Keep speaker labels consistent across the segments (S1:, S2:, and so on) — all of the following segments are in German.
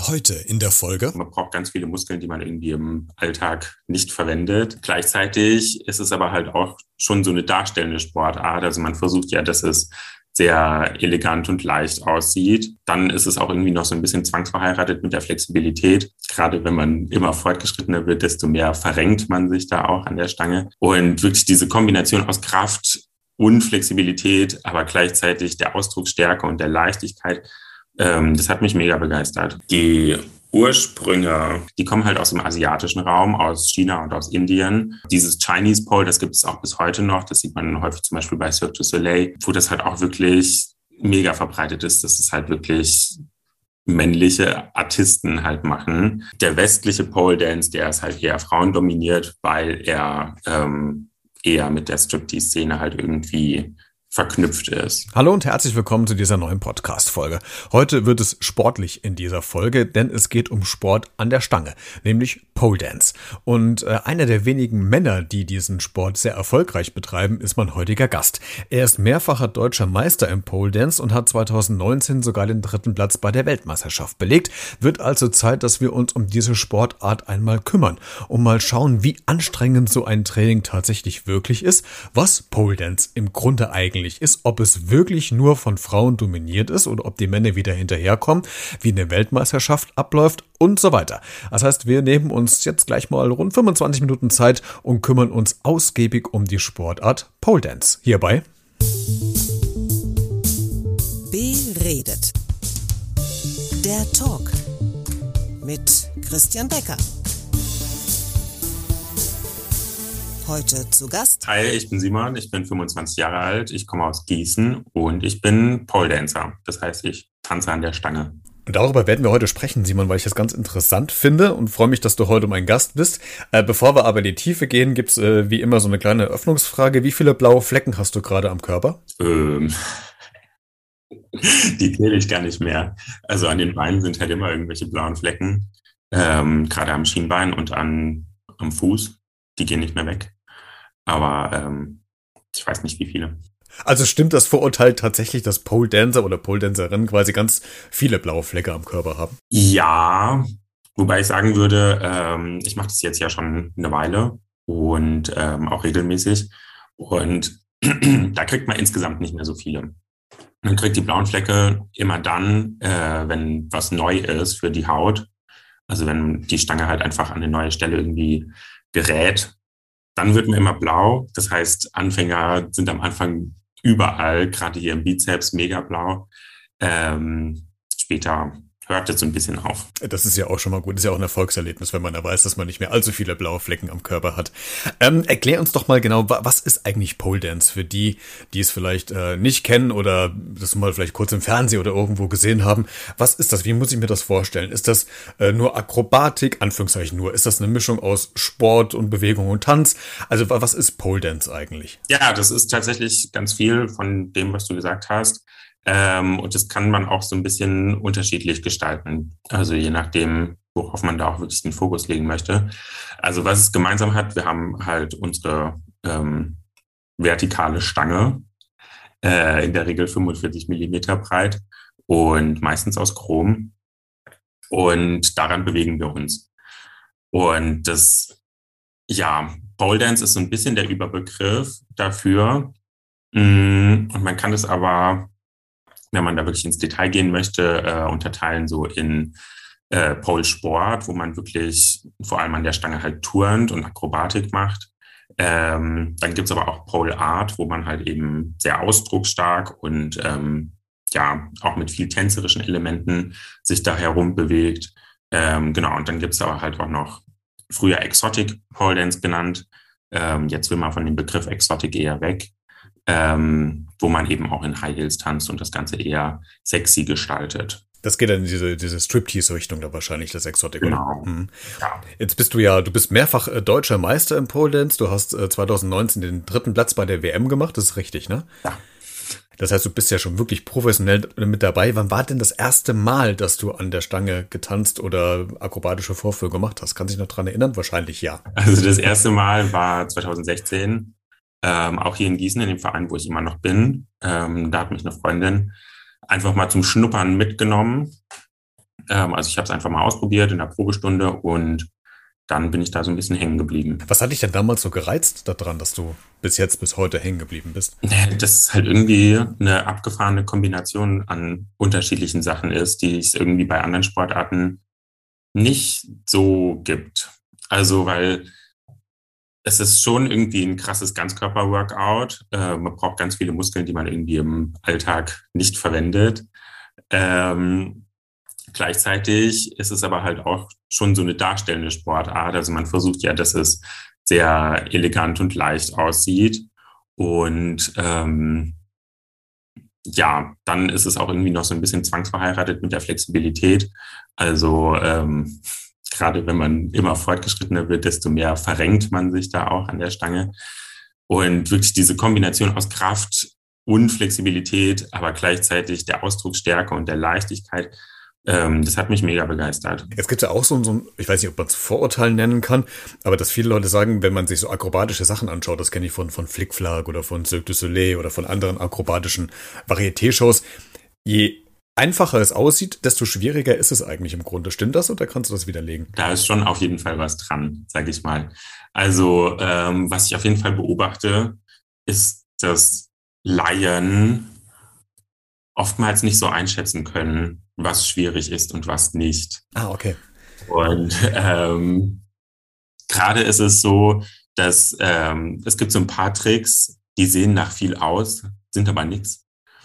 S1: Heute in der Folge.
S2: Man braucht ganz viele Muskeln, die man irgendwie im Alltag nicht verwendet. Gleichzeitig ist es aber halt auch schon so eine darstellende Sportart. Also man versucht ja, dass es sehr elegant und leicht aussieht. Dann ist es auch irgendwie noch so ein bisschen zwangsverheiratet mit der Flexibilität. Gerade wenn man immer fortgeschrittener wird, desto mehr verrenkt man sich da auch an der Stange. Und wirklich diese Kombination aus Kraft und Flexibilität, aber gleichzeitig der Ausdrucksstärke und der Leichtigkeit, das hat mich mega begeistert. Die Ursprünge, die kommen halt aus dem asiatischen Raum, aus China und aus Indien. Dieses Chinese Pole, das gibt es auch bis heute noch. Das sieht man häufig zum Beispiel bei Cirque du Soleil, wo das halt auch wirklich mega verbreitet ist. Das ist halt wirklich männliche Artisten halt machen. Der westliche Pole Dance, der ist halt eher frauendominiert, weil er eher mit der Striptease-Szene halt irgendwie verknüpft ist.
S1: Hallo und herzlich willkommen zu dieser neuen Podcast-Folge. Heute wird es sportlich in dieser Folge, denn es geht um Sport an der Stange, nämlich Pole Dance. Und einer der wenigen Männer, die diesen Sport sehr erfolgreich betreiben, ist mein heutiger Gast. Er ist mehrfacher deutscher Meister im Pole Dance und hat 2019 sogar den 3. Platz bei der Weltmeisterschaft belegt. Wird also Zeit, dass wir uns um diese Sportart einmal kümmern und mal schauen, wie anstrengend so ein Training tatsächlich wirklich ist, was Pole Dance im Grunde eigentlich ist, ob es wirklich nur von Frauen dominiert ist oder ob die Männer wieder hinterherkommen, wie eine Weltmeisterschaft abläuft und so weiter. Das heißt, wir nehmen uns jetzt gleich mal rund 25 Minuten Zeit und kümmern uns ausgiebig um die Sportart Pole Dance. Hierbei
S3: Beredet. Der Talk mit Christian Becker. Heute zu Gast.
S2: Hi, ich bin Simon, ich bin 25 Jahre alt, ich komme aus Gießen und ich bin Pole Dancer. Das heißt, ich tanze an der Stange.
S1: Und darüber werden wir heute sprechen, Simon, weil ich das ganz interessant finde und freue mich, dass du heute mein Gast bist. Bevor wir aber in die Tiefe gehen, gibt's wie immer so eine kleine Eröffnungsfrage. Wie viele blaue Flecken hast du gerade am Körper?
S2: Die zähle ich gar nicht mehr. Also an den Beinen sind halt immer irgendwelche blauen Flecken. Gerade am Schienbein und am Fuß. Die gehen nicht mehr weg. Aber ich weiß nicht, wie viele.
S1: Also stimmt das Vorurteil tatsächlich, dass Pole Dancer oder Pole Dancerinnen quasi ganz viele blaue Flecke am Körper haben?
S2: Ja, wobei ich sagen würde, ich mache das jetzt ja schon eine Weile und auch regelmäßig. Und da kriegt man insgesamt nicht mehr so viele. Man kriegt die blauen Flecke immer dann, wenn was neu ist für die Haut. Also wenn die Stange halt einfach an eine neue Stelle irgendwie gerät. Dann wird man immer blau. Das heißt, Anfänger sind am Anfang überall, gerade hier im Bizeps, mega blau. Später hört es so ein bisschen auf.
S1: Das ist ja auch schon mal gut. Das ist ja auch ein Erfolgserlebnis, wenn man da weiß, dass man nicht mehr allzu viele blaue Flecken am Körper hat. Erklär uns doch mal genau, was ist eigentlich Pole Dance für die, die es vielleicht nicht kennen oder das mal vielleicht kurz im Fernsehen oder irgendwo gesehen haben. Was ist das? Wie muss ich mir das vorstellen? Ist das nur Akrobatik? Anführungszeichen nur. Ist das eine Mischung aus Sport und Bewegung und Tanz? Also was ist Pole Dance eigentlich?
S2: Ja, das ist tatsächlich ganz viel von dem, was du gesagt hast. Und das kann man auch so ein bisschen unterschiedlich gestalten. Also je nachdem, worauf man da auch wirklich den Fokus legen möchte. Also was es gemeinsam hat, wir haben halt unsere vertikale Stange, in der Regel 45 Millimeter breit und meistens aus Chrom. Und daran bewegen wir uns. Und Pole Dance ist so ein bisschen der Überbegriff dafür. Und man kann das aber, wenn man da wirklich ins Detail gehen möchte, unterteilen so in Pole-Sport, wo man wirklich vor allem an der Stange halt turnt und Akrobatik macht. Dann gibt's aber auch Pole-Art, wo man halt eben sehr ausdrucksstark und auch mit viel tänzerischen Elementen sich da herum bewegt. Genau, und dann gibt's aber halt auch noch früher Exotic Pole Dance genannt. Jetzt will man von dem Begriff Exotic eher weg. Wo man eben auch in High Heels tanzt und das Ganze eher sexy gestaltet.
S1: Das geht dann in diese Striptease-Richtung da wahrscheinlich, das Exotic,
S2: genau.
S1: Oder? Mhm.
S2: Ja.
S1: Jetzt bist du bist mehrfach deutscher Meister im Pole Dance. Du hast 2019 den 3. Platz bei der WM gemacht, das ist richtig, ne?
S2: Ja.
S1: Das heißt, du bist ja schon wirklich professionell mit dabei. Wann war denn das erste Mal, dass du an der Stange getanzt oder akrobatische Vorführungen gemacht hast? Kannst du dich noch dran erinnern? Wahrscheinlich ja.
S2: Also das erste Mal war 2016. Auch hier in Gießen, in dem Verein, wo ich immer noch bin. Da hat mich eine Freundin einfach mal zum Schnuppern mitgenommen. Also ich habe es einfach mal ausprobiert in der Probestunde und dann bin ich da so ein bisschen hängen geblieben.
S1: Was hat dich denn damals so gereizt daran, dass du bis heute hängen geblieben bist?
S2: Das ist halt irgendwie eine abgefahrene Kombination an unterschiedlichen Sachen ist, die es irgendwie bei anderen Sportarten nicht so gibt. Also, weil es ist schon irgendwie ein krasses Ganzkörper-Workout. Man braucht ganz viele Muskeln, die man irgendwie im Alltag nicht verwendet. Ähm, Gleichzeitig ist es aber halt auch schon so eine darstellende Sportart. Also man versucht ja, dass es sehr elegant und leicht aussieht. Und ja, dann ist es auch irgendwie noch so ein bisschen zwangsverheiratet mit der Flexibilität. Also gerade wenn man immer fortgeschrittener wird, desto mehr verrenkt man sich da auch an der Stange. Und wirklich diese Kombination aus Kraft und Flexibilität, aber gleichzeitig der Ausdrucksstärke und der Leichtigkeit, das hat mich mega begeistert.
S1: Es gibt ja auch so ein, ich weiß nicht, ob man es Vorurteil nennen kann, aber dass viele Leute sagen, wenn man sich so akrobatische Sachen anschaut, das kenne ich von Flick Flack oder von Cirque du Soleil oder von anderen akrobatischen Varieté-Shows, je einfacher es aussieht, desto schwieriger ist es eigentlich im Grunde. Stimmt das oder kannst du das widerlegen?
S2: Da ist schon auf jeden Fall was dran, sage ich mal. Also was ich auf jeden Fall beobachte, ist, dass Laien oftmals nicht so einschätzen können, was schwierig ist und was nicht.
S1: Ah, okay.
S2: Und gerade ist es so, dass es gibt so ein paar Tricks, die sehen nach viel aus, sind aber nichts.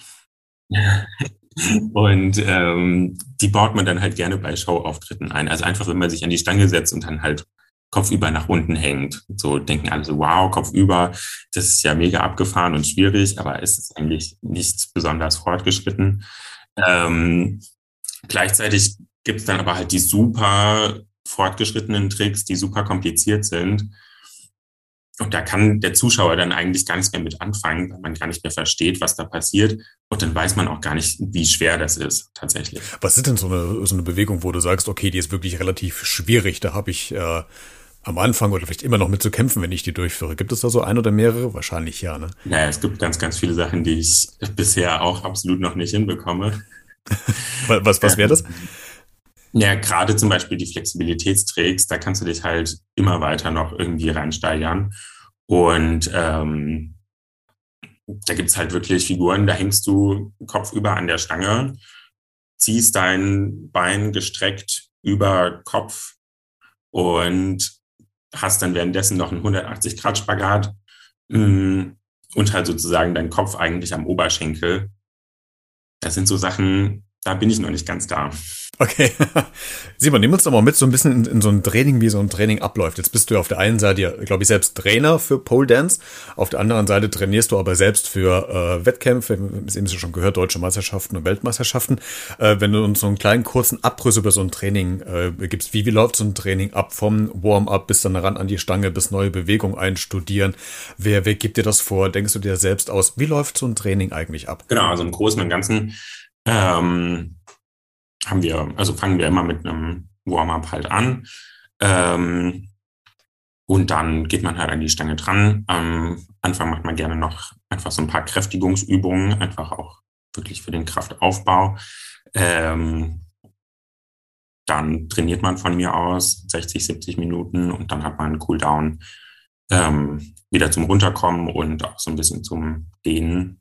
S2: Und die baut man dann halt gerne bei Showauftritten ein. Also einfach, wenn man sich an die Stange setzt und dann halt kopfüber nach unten hängt. So denken alle so, wow, kopfüber, das ist ja mega abgefahren und schwierig, aber es ist eigentlich nicht besonders fortgeschritten. Gleichzeitig gibt es dann aber halt die super fortgeschrittenen Tricks, die super kompliziert sind. Und da kann der Zuschauer dann eigentlich gar nichts mehr mit anfangen, weil man gar nicht mehr versteht, was da passiert. Und dann weiß man auch gar nicht, wie schwer das ist tatsächlich.
S1: Was ist denn so eine Bewegung, wo du sagst, okay, die ist wirklich relativ schwierig, da habe ich am Anfang oder vielleicht immer noch mit zu kämpfen, wenn ich die durchführe. Gibt es da so ein oder mehrere? Wahrscheinlich ja, ne?
S2: Naja, es gibt ganz, ganz viele Sachen, die ich bisher auch absolut noch nicht hinbekomme.
S1: Was wäre das?
S2: Ja, gerade zum Beispiel die Flexibilitätstricks, da kannst du dich halt immer weiter noch irgendwie reinsteigern. Und da gibt's halt wirklich Figuren, da hängst du kopfüber an der Stange, ziehst dein Bein gestreckt über Kopf und hast dann währenddessen noch einen 180-Grad-Spagat und halt sozusagen deinen Kopf eigentlich am Oberschenkel. Das sind so Sachen, da bin ich noch nicht ganz da.
S1: Okay. Simon, nimm uns doch mal mit so ein bisschen in so ein Training, wie so ein Training abläuft. Jetzt bist du ja auf der einen Seite, ja, glaube ich, selbst Trainer für Pole Dance. Auf der anderen Seite trainierst du aber selbst für Wettkämpfe, wir haben es eben schon gehört, deutsche Meisterschaften und Weltmeisterschaften. Wenn du uns so einen kleinen kurzen Abriss über so ein Training gibst, wie läuft so ein Training ab vom Warm-up bis dann ran an die Stange, bis neue Bewegungen einstudieren? Wer gibt dir das vor? Denkst du dir selbst aus? Wie läuft so ein Training eigentlich ab?
S2: Genau, also im Großen und Ganzen fangen wir immer mit einem Warm-up halt an. Und dann geht man halt an die Stange dran. Am Anfang macht man gerne noch einfach so ein paar Kräftigungsübungen, einfach auch wirklich für den Kraftaufbau. Dann trainiert man von mir aus 60, 70 Minuten und dann hat man einen Cooldown wieder zum Runterkommen und auch so ein bisschen zum Dehnen.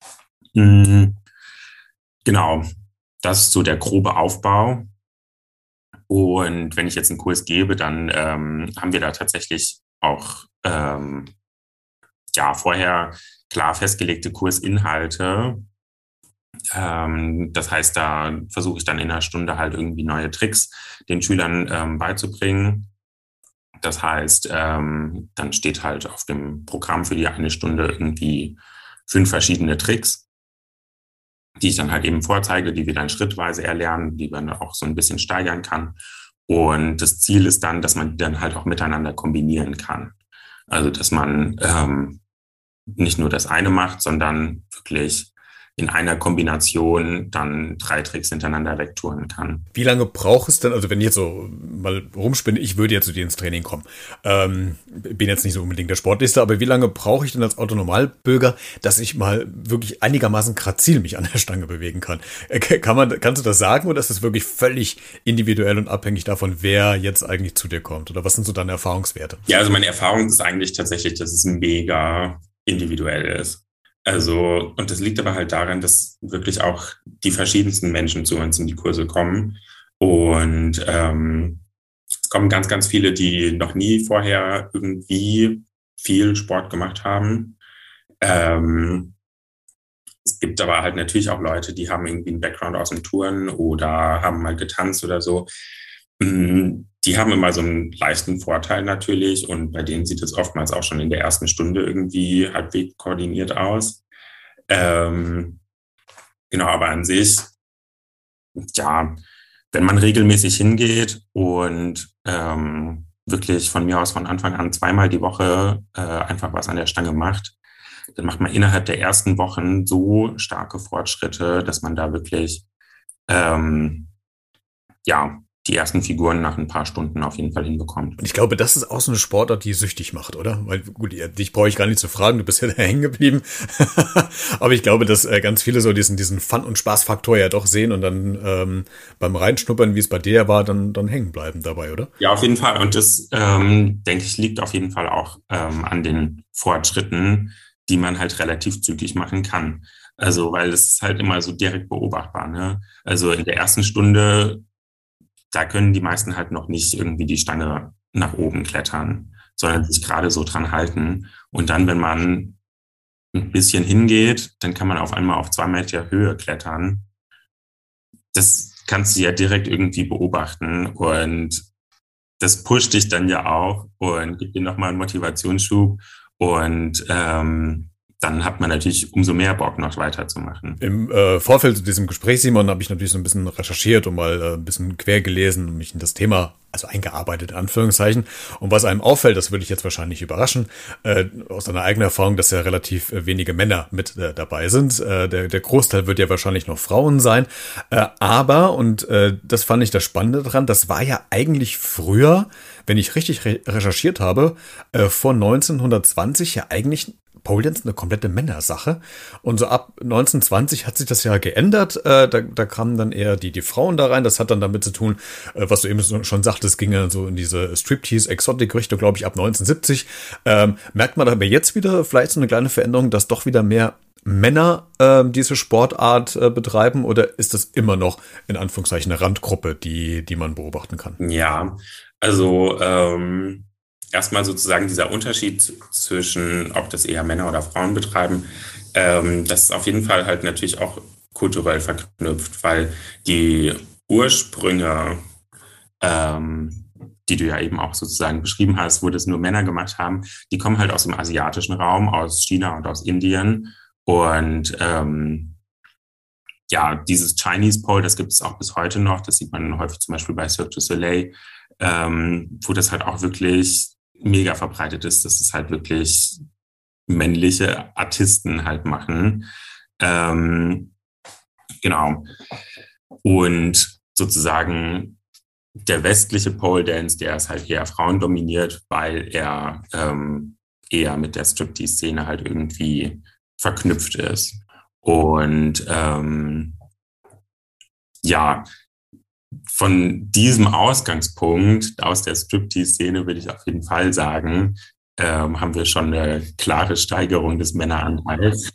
S2: Genau. Das ist so der grobe Aufbau. Und wenn ich jetzt einen Kurs gebe, dann haben wir da tatsächlich auch vorher klar festgelegte Kursinhalte. Das heißt, da versuche ich dann in einer Stunde halt irgendwie neue Tricks den Schülern beizubringen. Das heißt, dann steht halt auf dem Programm für die eine Stunde irgendwie 5 verschiedene Tricks, die ich dann halt eben vorzeige, die wir dann schrittweise erlernen, die man auch so ein bisschen steigern kann. Und das Ziel ist dann, dass man die dann halt auch miteinander kombinieren kann. Also, dass man nicht nur das eine macht, sondern wirklich in einer Kombination dann 3 Tricks hintereinander wegtouren kann.
S1: Wie lange braucht es denn, also wenn ich jetzt so mal rumspinne, ich würde jetzt zu dir ins Training kommen, bin jetzt nicht so unbedingt der Sportlichste, aber wie lange brauche ich denn als Autonormalbürger, dass ich mal wirklich einigermaßen grazil mich an der Stange bewegen kann? Kannst du das sagen, oder ist das wirklich völlig individuell und abhängig davon, wer jetzt eigentlich zu dir kommt? Oder was sind so deine Erfahrungswerte?
S2: Ja, also meine Erfahrung ist eigentlich tatsächlich, dass es mega individuell ist. Also, und das liegt aber halt daran, dass wirklich auch die verschiedensten Menschen zu uns in die Kurse kommen. Und es kommen ganz, ganz viele, die noch nie vorher irgendwie viel Sport gemacht haben. Es gibt aber halt natürlich auch Leute, die haben irgendwie einen Background aus dem Touren oder haben mal getanzt oder so. Die haben immer so einen leichten Vorteil natürlich und bei denen sieht es oftmals auch schon in der ersten Stunde irgendwie halbwegs koordiniert aus. Genau, aber an sich, ja, wenn man regelmäßig hingeht und wirklich von mir aus von Anfang an 2-mal die Woche einfach was an der Stange macht, dann macht man innerhalb der ersten Wochen so starke Fortschritte, dass man da wirklich ja, die ersten Figuren nach ein paar Stunden auf jeden Fall hinbekommt.
S1: Und ich glaube, das ist auch so eine Sportart, die süchtig macht, oder? Weil, gut, dich brauche ich gar nicht zu fragen, du bist ja da hängen geblieben. Aber ich glaube, dass ganz viele so diesen Fun- und Spaßfaktor ja doch sehen und dann beim Reinschnuppern, wie es bei dir war, dann hängen bleiben dabei, oder?
S2: Ja, auf jeden Fall. Und das, denke ich, liegt auf jeden Fall auch an den Fortschritten, die man halt relativ zügig machen kann. Also, weil es ist halt immer so direkt beobachtbar, ne? Also in der ersten Stunde, da können die meisten halt noch nicht irgendwie die Stange nach oben klettern, sondern sich gerade so dran halten. Und dann, wenn man ein bisschen hingeht, dann kann man auf einmal auf 2 Meter Höhe klettern. Das kannst du ja direkt irgendwie beobachten und das pusht dich dann ja auch und gibt dir nochmal einen Motivationsschub und dann hat man natürlich umso mehr Bock, noch weiterzumachen.
S1: Im Vorfeld zu diesem Gespräch, Simon, habe ich natürlich so ein bisschen recherchiert und mal ein bisschen quer gelesen und mich in das Thema, also eingearbeitet, in Anführungszeichen. Und was einem auffällt, das würde ich jetzt wahrscheinlich überraschen, aus deiner eigenen Erfahrung, dass ja relativ wenige Männer mit dabei sind. Der Großteil wird ja wahrscheinlich noch Frauen sein. Aber, und das fand ich das Spannende dran, das war ja eigentlich früher, wenn ich richtig recherchiert habe, vor 1920 ja eigentlich Pole Dance eine komplette Männersache. Und so ab 1920 hat sich das ja geändert. Da kamen dann eher die Frauen da rein. Das hat dann damit zu tun, was du eben schon sagtest, ging ja so in diese Striptease-Exotic-Richtung, glaube ich, ab 1970. Merkt man aber jetzt wieder vielleicht so eine kleine Veränderung, dass doch wieder mehr Männer diese Sportart betreiben, oder ist das immer noch in Anführungszeichen eine Randgruppe, die man beobachten kann?
S2: Ja, also erstmal sozusagen dieser Unterschied zwischen, ob das eher Männer oder Frauen betreiben, das ist auf jeden Fall halt natürlich auch kulturell verknüpft, weil die Ursprünge, die du ja eben auch sozusagen beschrieben hast, wo das nur Männer gemacht haben, die kommen halt aus dem asiatischen Raum, aus China und aus Indien. Und ja, dieses Chinese Pole, das gibt es auch bis heute noch. Das sieht man häufig zum Beispiel bei Cirque du Soleil, wo das halt auch wirklich mega verbreitet ist, dass es halt wirklich männliche Artisten halt machen. Genau. Und sozusagen der westliche Pole Dance, der ist halt eher frauendominiert, weil er eher mit der Striptease-Szene halt irgendwie verknüpft ist. Und ja, von diesem Ausgangspunkt aus der Striptease-Szene würde ich auf jeden Fall sagen, haben wir schon eine klare Steigerung des Männeranteils.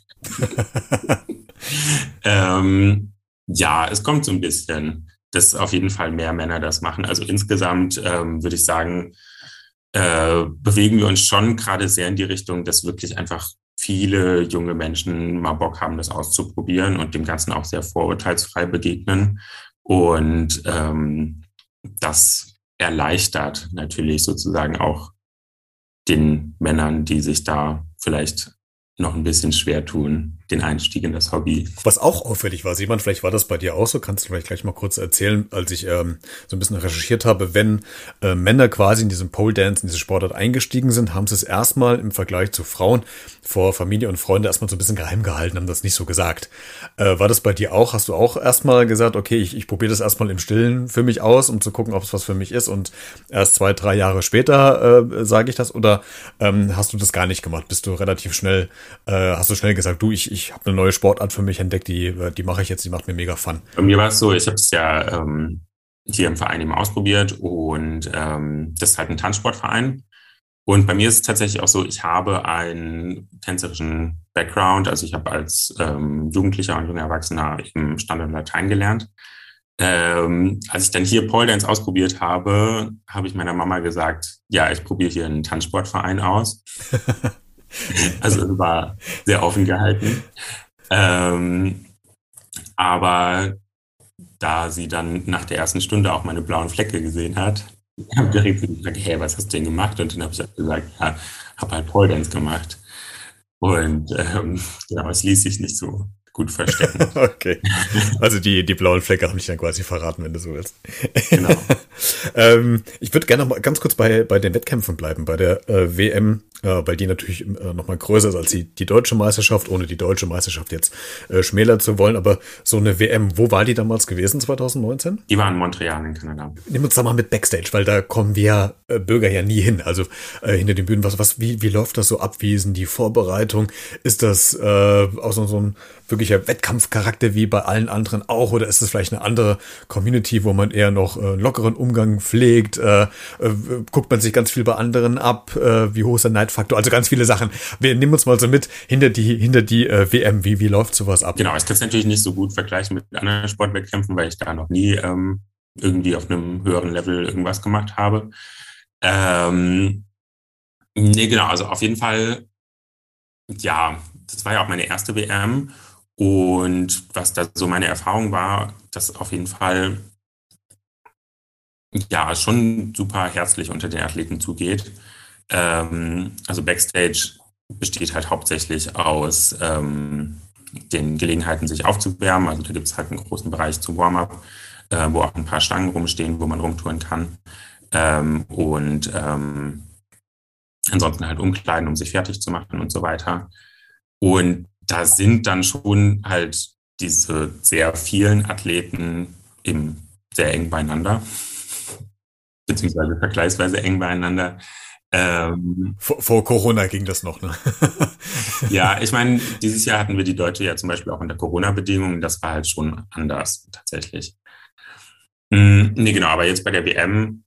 S2: Ja, es kommt so ein bisschen, dass auf jeden Fall mehr Männer das machen. Also insgesamt würde ich sagen, bewegen wir uns schon gerade sehr in die Richtung, dass wirklich einfach viele junge Menschen mal Bock haben, das auszuprobieren und dem Ganzen auch sehr vorurteilsfrei begegnen. Und das erleichtert natürlich sozusagen auch den Männern, die sich da vielleicht noch ein bisschen schwer tun. den Einstieg in das Hobby.
S1: Was auch auffällig war, Simon, vielleicht war das bei dir auch so, kannst du vielleicht gleich mal kurz erzählen, als ich so ein bisschen recherchiert habe, wenn Männer quasi in diesem Pole Dance, in diese Sportart eingestiegen sind, haben sie es erstmal im Vergleich zu Frauen vor Familie und Freunde erstmal so ein bisschen geheim gehalten, haben das nicht so gesagt. War das bei dir auch? Hast du auch erstmal gesagt, okay, ich probiere das erstmal im Stillen für mich aus, um zu gucken, ob es was für mich ist, und erst 2, 3 Jahre später sage ich das, oder hast du das gar nicht gemacht? Bist du relativ schnell, hast du schnell gesagt, du, ich habe eine neue Sportart für mich entdeckt, die mache ich jetzt, die macht mir mega Fun.
S2: Bei mir war es so, ich habe es ja hier im Verein eben ausprobiert und das ist halt ein Tanzsportverein. Und bei mir ist es tatsächlich auch so, ich habe einen tänzerischen Background. Also ich habe als Jugendlicher und junger Erwachsener eben Standard Latein gelernt. Als ich dann hier Pole Dance ausprobiert habe, habe ich meiner Mama gesagt, ja, ich probiere hier einen Tanzsportverein aus. Also es war sehr offen gehalten. Aber da sie dann nach der ersten Stunde auch meine blauen Flecke gesehen hat, habe ich direkt gesagt, hey, was hast du denn gemacht? Und dann habe ich halt gesagt, ja, habe halt Pole Dance gemacht. Und genau, es ließ sich nicht so gut verstecken.
S1: Okay. Also die blauen Flecke haben dich dann quasi verraten, wenn du so willst.
S2: Genau.
S1: Ich würde gerne noch mal ganz kurz bei den Wettkämpfen bleiben, bei der WM, weil die natürlich noch mal größer ist als die deutsche Meisterschaft, ohne die deutsche Meisterschaft jetzt schmälern zu wollen. Aber so eine WM, wo war die damals gewesen, 2019?
S2: Die war in Montreal in Kanada.
S1: Nimm uns da mal mit Backstage, weil da kommen wir Bürger ja nie hin. Also hinter den Bühnen, wie läuft das so ab? Wie ist denn die Vorbereitung? Ist das auch so ein wirklicher Wettkampfcharakter wie bei allen anderen auch? Oder ist es vielleicht eine andere Community, wo man eher noch lockeren Umgang pflegt? Guckt man sich ganz viel bei anderen ab? Wie hoch ist der Neidfaktor? Also ganz viele Sachen. Wir nehmen uns mal so mit hinter die WM. Wie läuft sowas ab?
S2: Genau, ich kann es natürlich nicht so gut vergleichen mit anderen Sportwettkämpfen, weil ich da noch nie irgendwie auf einem höheren Level irgendwas gemacht habe. Nee, genau, also auf jeden Fall, ja, das war ja auch meine erste WM. Und was da so meine Erfahrung war, dass auf jeden Fall ja schon super herzlich unter den Athleten zugeht. Also Backstage besteht halt hauptsächlich aus den Gelegenheiten, sich aufzuwärmen. Also da gibt es halt einen großen Bereich zum Warm-up, wo auch ein paar Stangen rumstehen, wo man rumtouren kann. Ansonsten halt umkleiden, um sich fertig zu machen und so weiter. Und da sind dann schon halt diese sehr vielen Athleten eben sehr eng beieinander, beziehungsweise vergleichsweise eng beieinander.
S1: Vor Corona ging das noch, ne?
S2: Ja, ich meine, dieses Jahr hatten wir die Deutsche ja zum Beispiel auch unter Corona-Bedingungen. Das war halt schon anders tatsächlich. Nee, genau, aber jetzt bei der WM,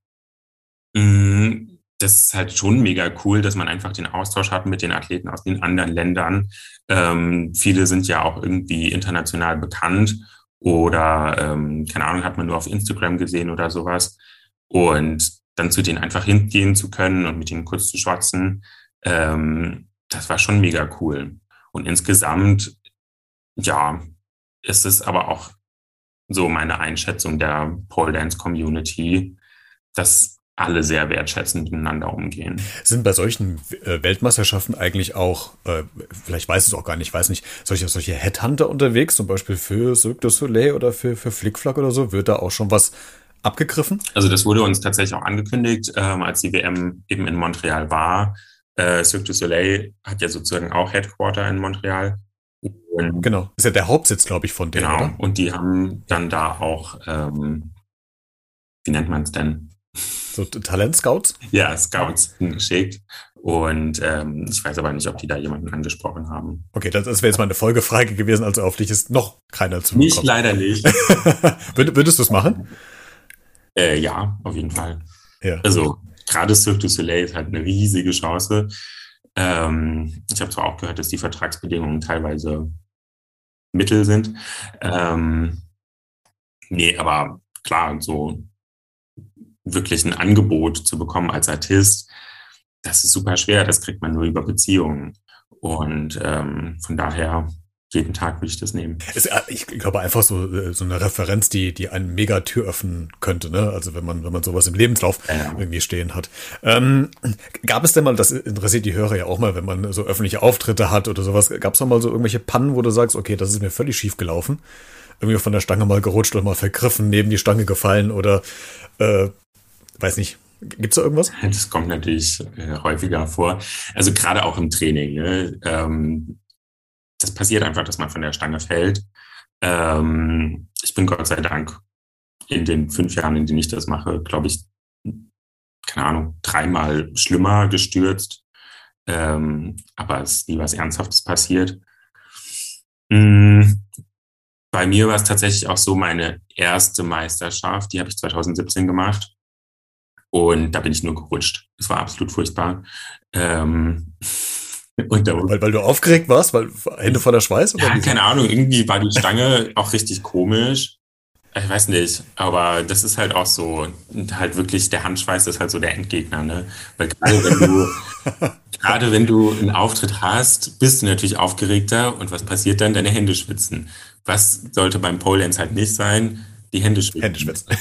S2: das ist halt schon mega cool, dass man einfach den Austausch hat mit den Athleten aus den anderen Ländern. Viele sind ja auch irgendwie international bekannt oder, keine Ahnung, hat man nur auf Instagram gesehen oder sowas. Und dann zu denen einfach hingehen zu können und mit ihnen kurz zu schwatzen, das war schon mega cool. Und insgesamt, ja, ist es aber auch so meine Einschätzung der Pole Dance Community, dass alle sehr wertschätzend miteinander umgehen.
S1: Sind bei solchen Weltmeisterschaften eigentlich auch, vielleicht weiß es auch gar nicht, weiß nicht, solche Headhunter unterwegs, zum Beispiel für Cirque du Soleil oder für Flickflack oder so? Wird da auch schon was abgegriffen?
S2: Also das wurde uns tatsächlich auch angekündigt, als die WM eben in Montreal war. Cirque du Soleil hat ja sozusagen auch Headquarter in Montreal.
S1: Und genau, ist ja der Hauptsitz, glaube ich, von denen,
S2: genau,
S1: oder?
S2: Und die haben dann da auch, wie nennt man es denn?
S1: So Talentscouts?
S2: Ja, Scouts geschickt. Und ich weiß aber nicht, ob die da jemanden angesprochen haben.
S1: Okay, das wäre jetzt mal eine Folgefrage gewesen, also auf dich ist noch keiner zugekommen.
S2: Nicht, leider nicht.
S1: Würdest du es machen?
S2: Ja, auf jeden Fall.
S1: Ja.
S2: Also gerade Cirque du Soleil ist halt eine riesige Chance. Ich habe zwar auch gehört, dass die Vertragsbedingungen teilweise mittel sind. Nee, aber klar, so wirklich ein Angebot zu bekommen als Artist, das ist super schwer. Das kriegt man nur über Beziehungen. Und von daher, jeden Tag würde ich das nehmen.
S1: Ich glaube einfach so eine Referenz, die einen mega Tür öffnen könnte, ne? Also wenn man sowas im Lebenslauf irgendwie stehen hat. Gab es denn mal, das interessiert die Hörer ja auch mal, wenn man so öffentliche Auftritte hat oder sowas, gab es noch mal so irgendwelche Pannen, wo du sagst, okay, das ist mir völlig schief gelaufen? Irgendwie von der Stange mal gerutscht oder mal vergriffen, neben die Stange gefallen oder weiß nicht. Gibt's da irgendwas?
S2: Das kommt natürlich häufiger vor. Also gerade auch im Training, ne? Das passiert einfach, dass man von der Stange fällt. Ich bin Gott sei Dank in den 5 Jahren, in denen ich das mache, glaube ich, keine Ahnung, 3-mal schlimmer gestürzt. Aber es ist nie was Ernsthaftes passiert. Bei mir war es tatsächlich auch so, meine erste Meisterschaft, die habe ich 2017 gemacht. Und da bin ich nur gerutscht. Es war absolut furchtbar.
S1: Weil du aufgeregt warst, weil Hände voller Schweiß? Oder
S2: ja, keine Ahnung, irgendwie war die Stange auch richtig komisch. Ich weiß nicht, aber das ist halt auch so, halt wirklich, der Handschweiß ist halt so der Endgegner, ne? Weil gerade wenn du einen Auftritt hast, bist du natürlich aufgeregter und was passiert dann? Deine Hände schwitzen. Was sollte beim Pole Dance halt nicht sein? Die Hände schwitzen.
S1: Hände schwitzen.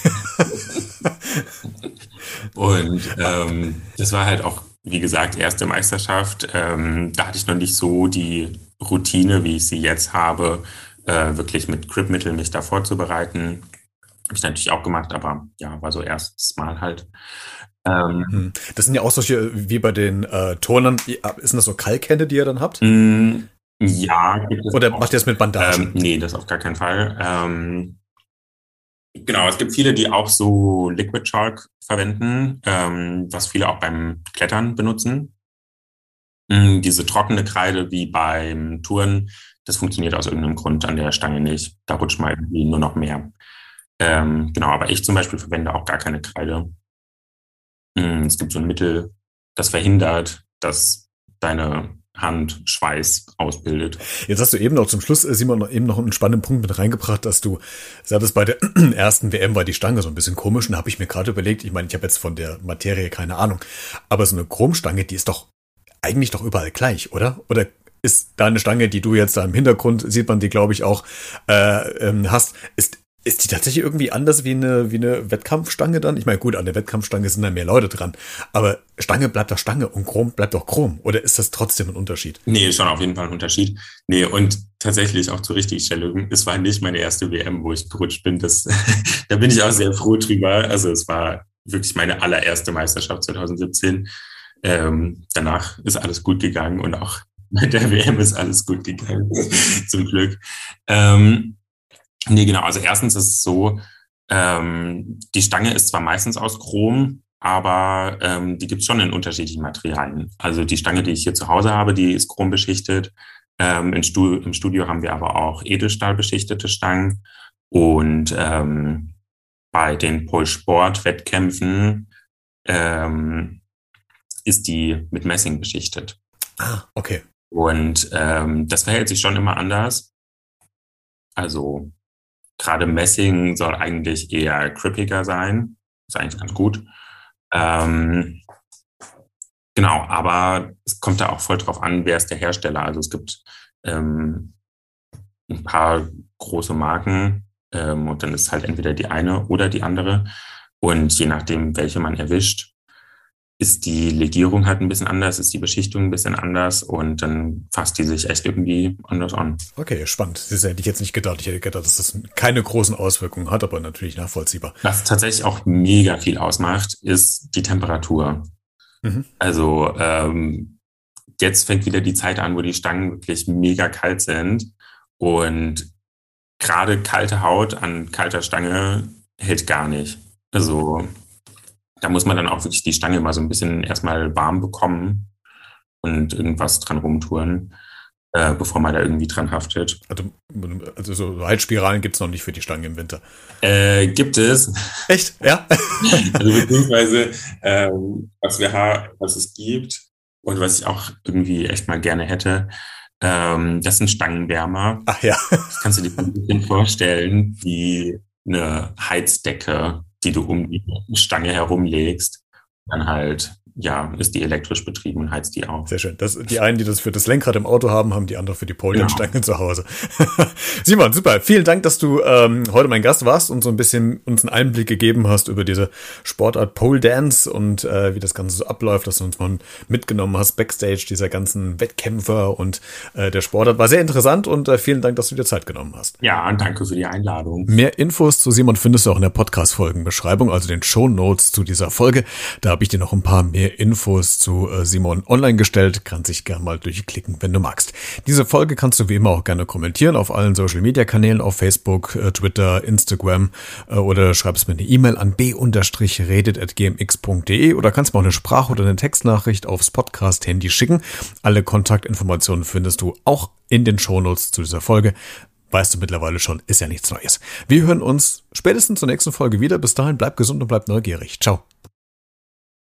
S2: Und das war halt auch, wie gesagt, erste Meisterschaft. Da hatte ich noch nicht so die Routine, wie ich sie jetzt habe, wirklich mit Gripmittel mich da vorzubereiten. Habe ich natürlich auch gemacht, aber ja, war so erstes Mal halt.
S1: Das sind ja auch solche, wie bei den Turnern, ist das so Kalkhände, die ihr dann habt?
S2: Ja. Gibt es
S1: oder
S2: auch.
S1: macht ihr das mit Bandagen?
S2: Nee, das auf gar keinen Fall. Genau, es gibt viele, die auch so Liquid Chalk verwenden, was viele auch beim Klettern benutzen. Diese trockene Kreide wie beim Touren, das funktioniert aus irgendeinem Grund an der Stange nicht. Da rutscht mal irgendwie nur noch mehr. Genau, aber ich zum Beispiel verwende auch gar keine Kreide. Es gibt so ein Mittel, das verhindert, dass deine Hand Schweiß ausbildet.
S1: Jetzt hast du eben noch zum Schluss, Simon, eben noch einen spannenden Punkt mit reingebracht, dass du sagtest, bei der ersten WM war die Stange so ein bisschen komisch. Und da habe ich mir gerade überlegt, ich meine, ich habe jetzt von der Materie keine Ahnung, aber so eine Chromstange, die ist doch eigentlich doch überall gleich, oder? Oder ist da eine Stange, die du jetzt da im Hintergrund, sieht man die, glaube ich, auch hast, ist die tatsächlich irgendwie anders wie eine Wettkampfstange dann? Ich meine, gut, an der Wettkampfstange sind da mehr Leute dran, aber Stange bleibt doch Stange und Chrom bleibt doch Chrom. Oder ist das trotzdem ein Unterschied?
S2: Nee, schon auf jeden Fall ein Unterschied. Nee, und tatsächlich auch zur Richtigstellung, es war nicht meine erste WM, wo ich gerutscht bin. Da bin ich auch sehr froh drüber. Also es war wirklich meine allererste Meisterschaft 2017. Danach ist alles gut gegangen und auch bei der WM ist alles gut gegangen, zum Glück. Nee, genau. Also erstens ist es so, die Stange ist zwar meistens aus Chrom, aber die gibt es schon in unterschiedlichen Materialien. Also die Stange, die ich hier zu Hause habe, die ist chrombeschichtet. Im Studio haben wir aber auch Edelstahlbeschichtete Stangen. Und bei den Pole-Sport-Wettkämpfen ist die mit Messing beschichtet.
S1: Ah, okay.
S2: Und das verhält sich schon immer anders. Also gerade Messing soll eigentlich eher grippiger sein. Ist eigentlich ganz gut. Genau, aber es kommt da auch voll drauf an, wer ist der Hersteller. Also es gibt ein paar große Marken und dann ist halt entweder die eine oder die andere. Und je nachdem, welche man erwischt, ist die Legierung halt ein bisschen anders, ist die Beschichtung ein bisschen anders und dann fasst die sich echt irgendwie anders an.
S1: Okay, spannend. Das hätte ich jetzt nicht gedacht. Ich hätte gedacht, dass das keine großen Auswirkungen hat, aber natürlich nachvollziehbar.
S2: Was tatsächlich auch mega viel ausmacht, ist die Temperatur. Also jetzt fängt wieder die Zeit an, wo die Stangen wirklich mega kalt sind und gerade kalte Haut an kalter Stange hält gar nicht. Also da muss man dann auch wirklich die Stange mal so ein bisschen erstmal warm bekommen und irgendwas dran rumtouren, bevor man da irgendwie dran haftet.
S1: Also so Heizspiralen gibt's noch nicht für die Stange im Winter.
S2: Gibt es.
S1: Echt? Ja?
S2: Also beziehungsweise was es gibt und was ich auch irgendwie echt mal gerne hätte, das sind Stangenwärmer.
S1: Ach ja.
S2: Das kannst du dir ein bisschen vorstellen, wie eine Heizdecke, die du um die Stange herumlegst, dann halt ist die elektrisch betrieben und heizt die auf.
S1: Sehr schön. Die einen, die das für das Lenkrad im Auto haben die andere für die Pole-Dance-Stange zu Hause. Simon, super. Vielen Dank, dass du heute mein Gast warst und so ein bisschen uns einen Einblick gegeben hast über diese Sportart Pole Dance und wie das Ganze so abläuft, dass du uns mal mitgenommen hast, Backstage dieser ganzen Wettkämpfer und der Sportart. War sehr interessant und vielen Dank, dass du dir Zeit genommen hast.
S2: Ja, danke für die Einladung.
S1: Mehr Infos zu Simon findest du auch in der Podcast-Folgenbeschreibung, also den Shownotes zu dieser Folge. Da habe ich dir noch ein paar mehr Infos zu Simon online gestellt. Kannst dich gerne mal durchklicken, wenn du magst. Diese Folge kannst du wie immer auch gerne kommentieren auf allen Social-Media-Kanälen, auf Facebook, Twitter, Instagram oder schreibst mir eine E-Mail an b-redet@gmx.de oder kannst mir auch eine Sprach- oder eine Textnachricht aufs Podcast-Handy schicken. Alle Kontaktinformationen findest du auch in den Shownotes zu dieser Folge. Weißt du mittlerweile schon, ist ja nichts Neues. Wir hören uns spätestens zur nächsten Folge wieder. Bis dahin, bleib gesund und bleib neugierig. Ciao.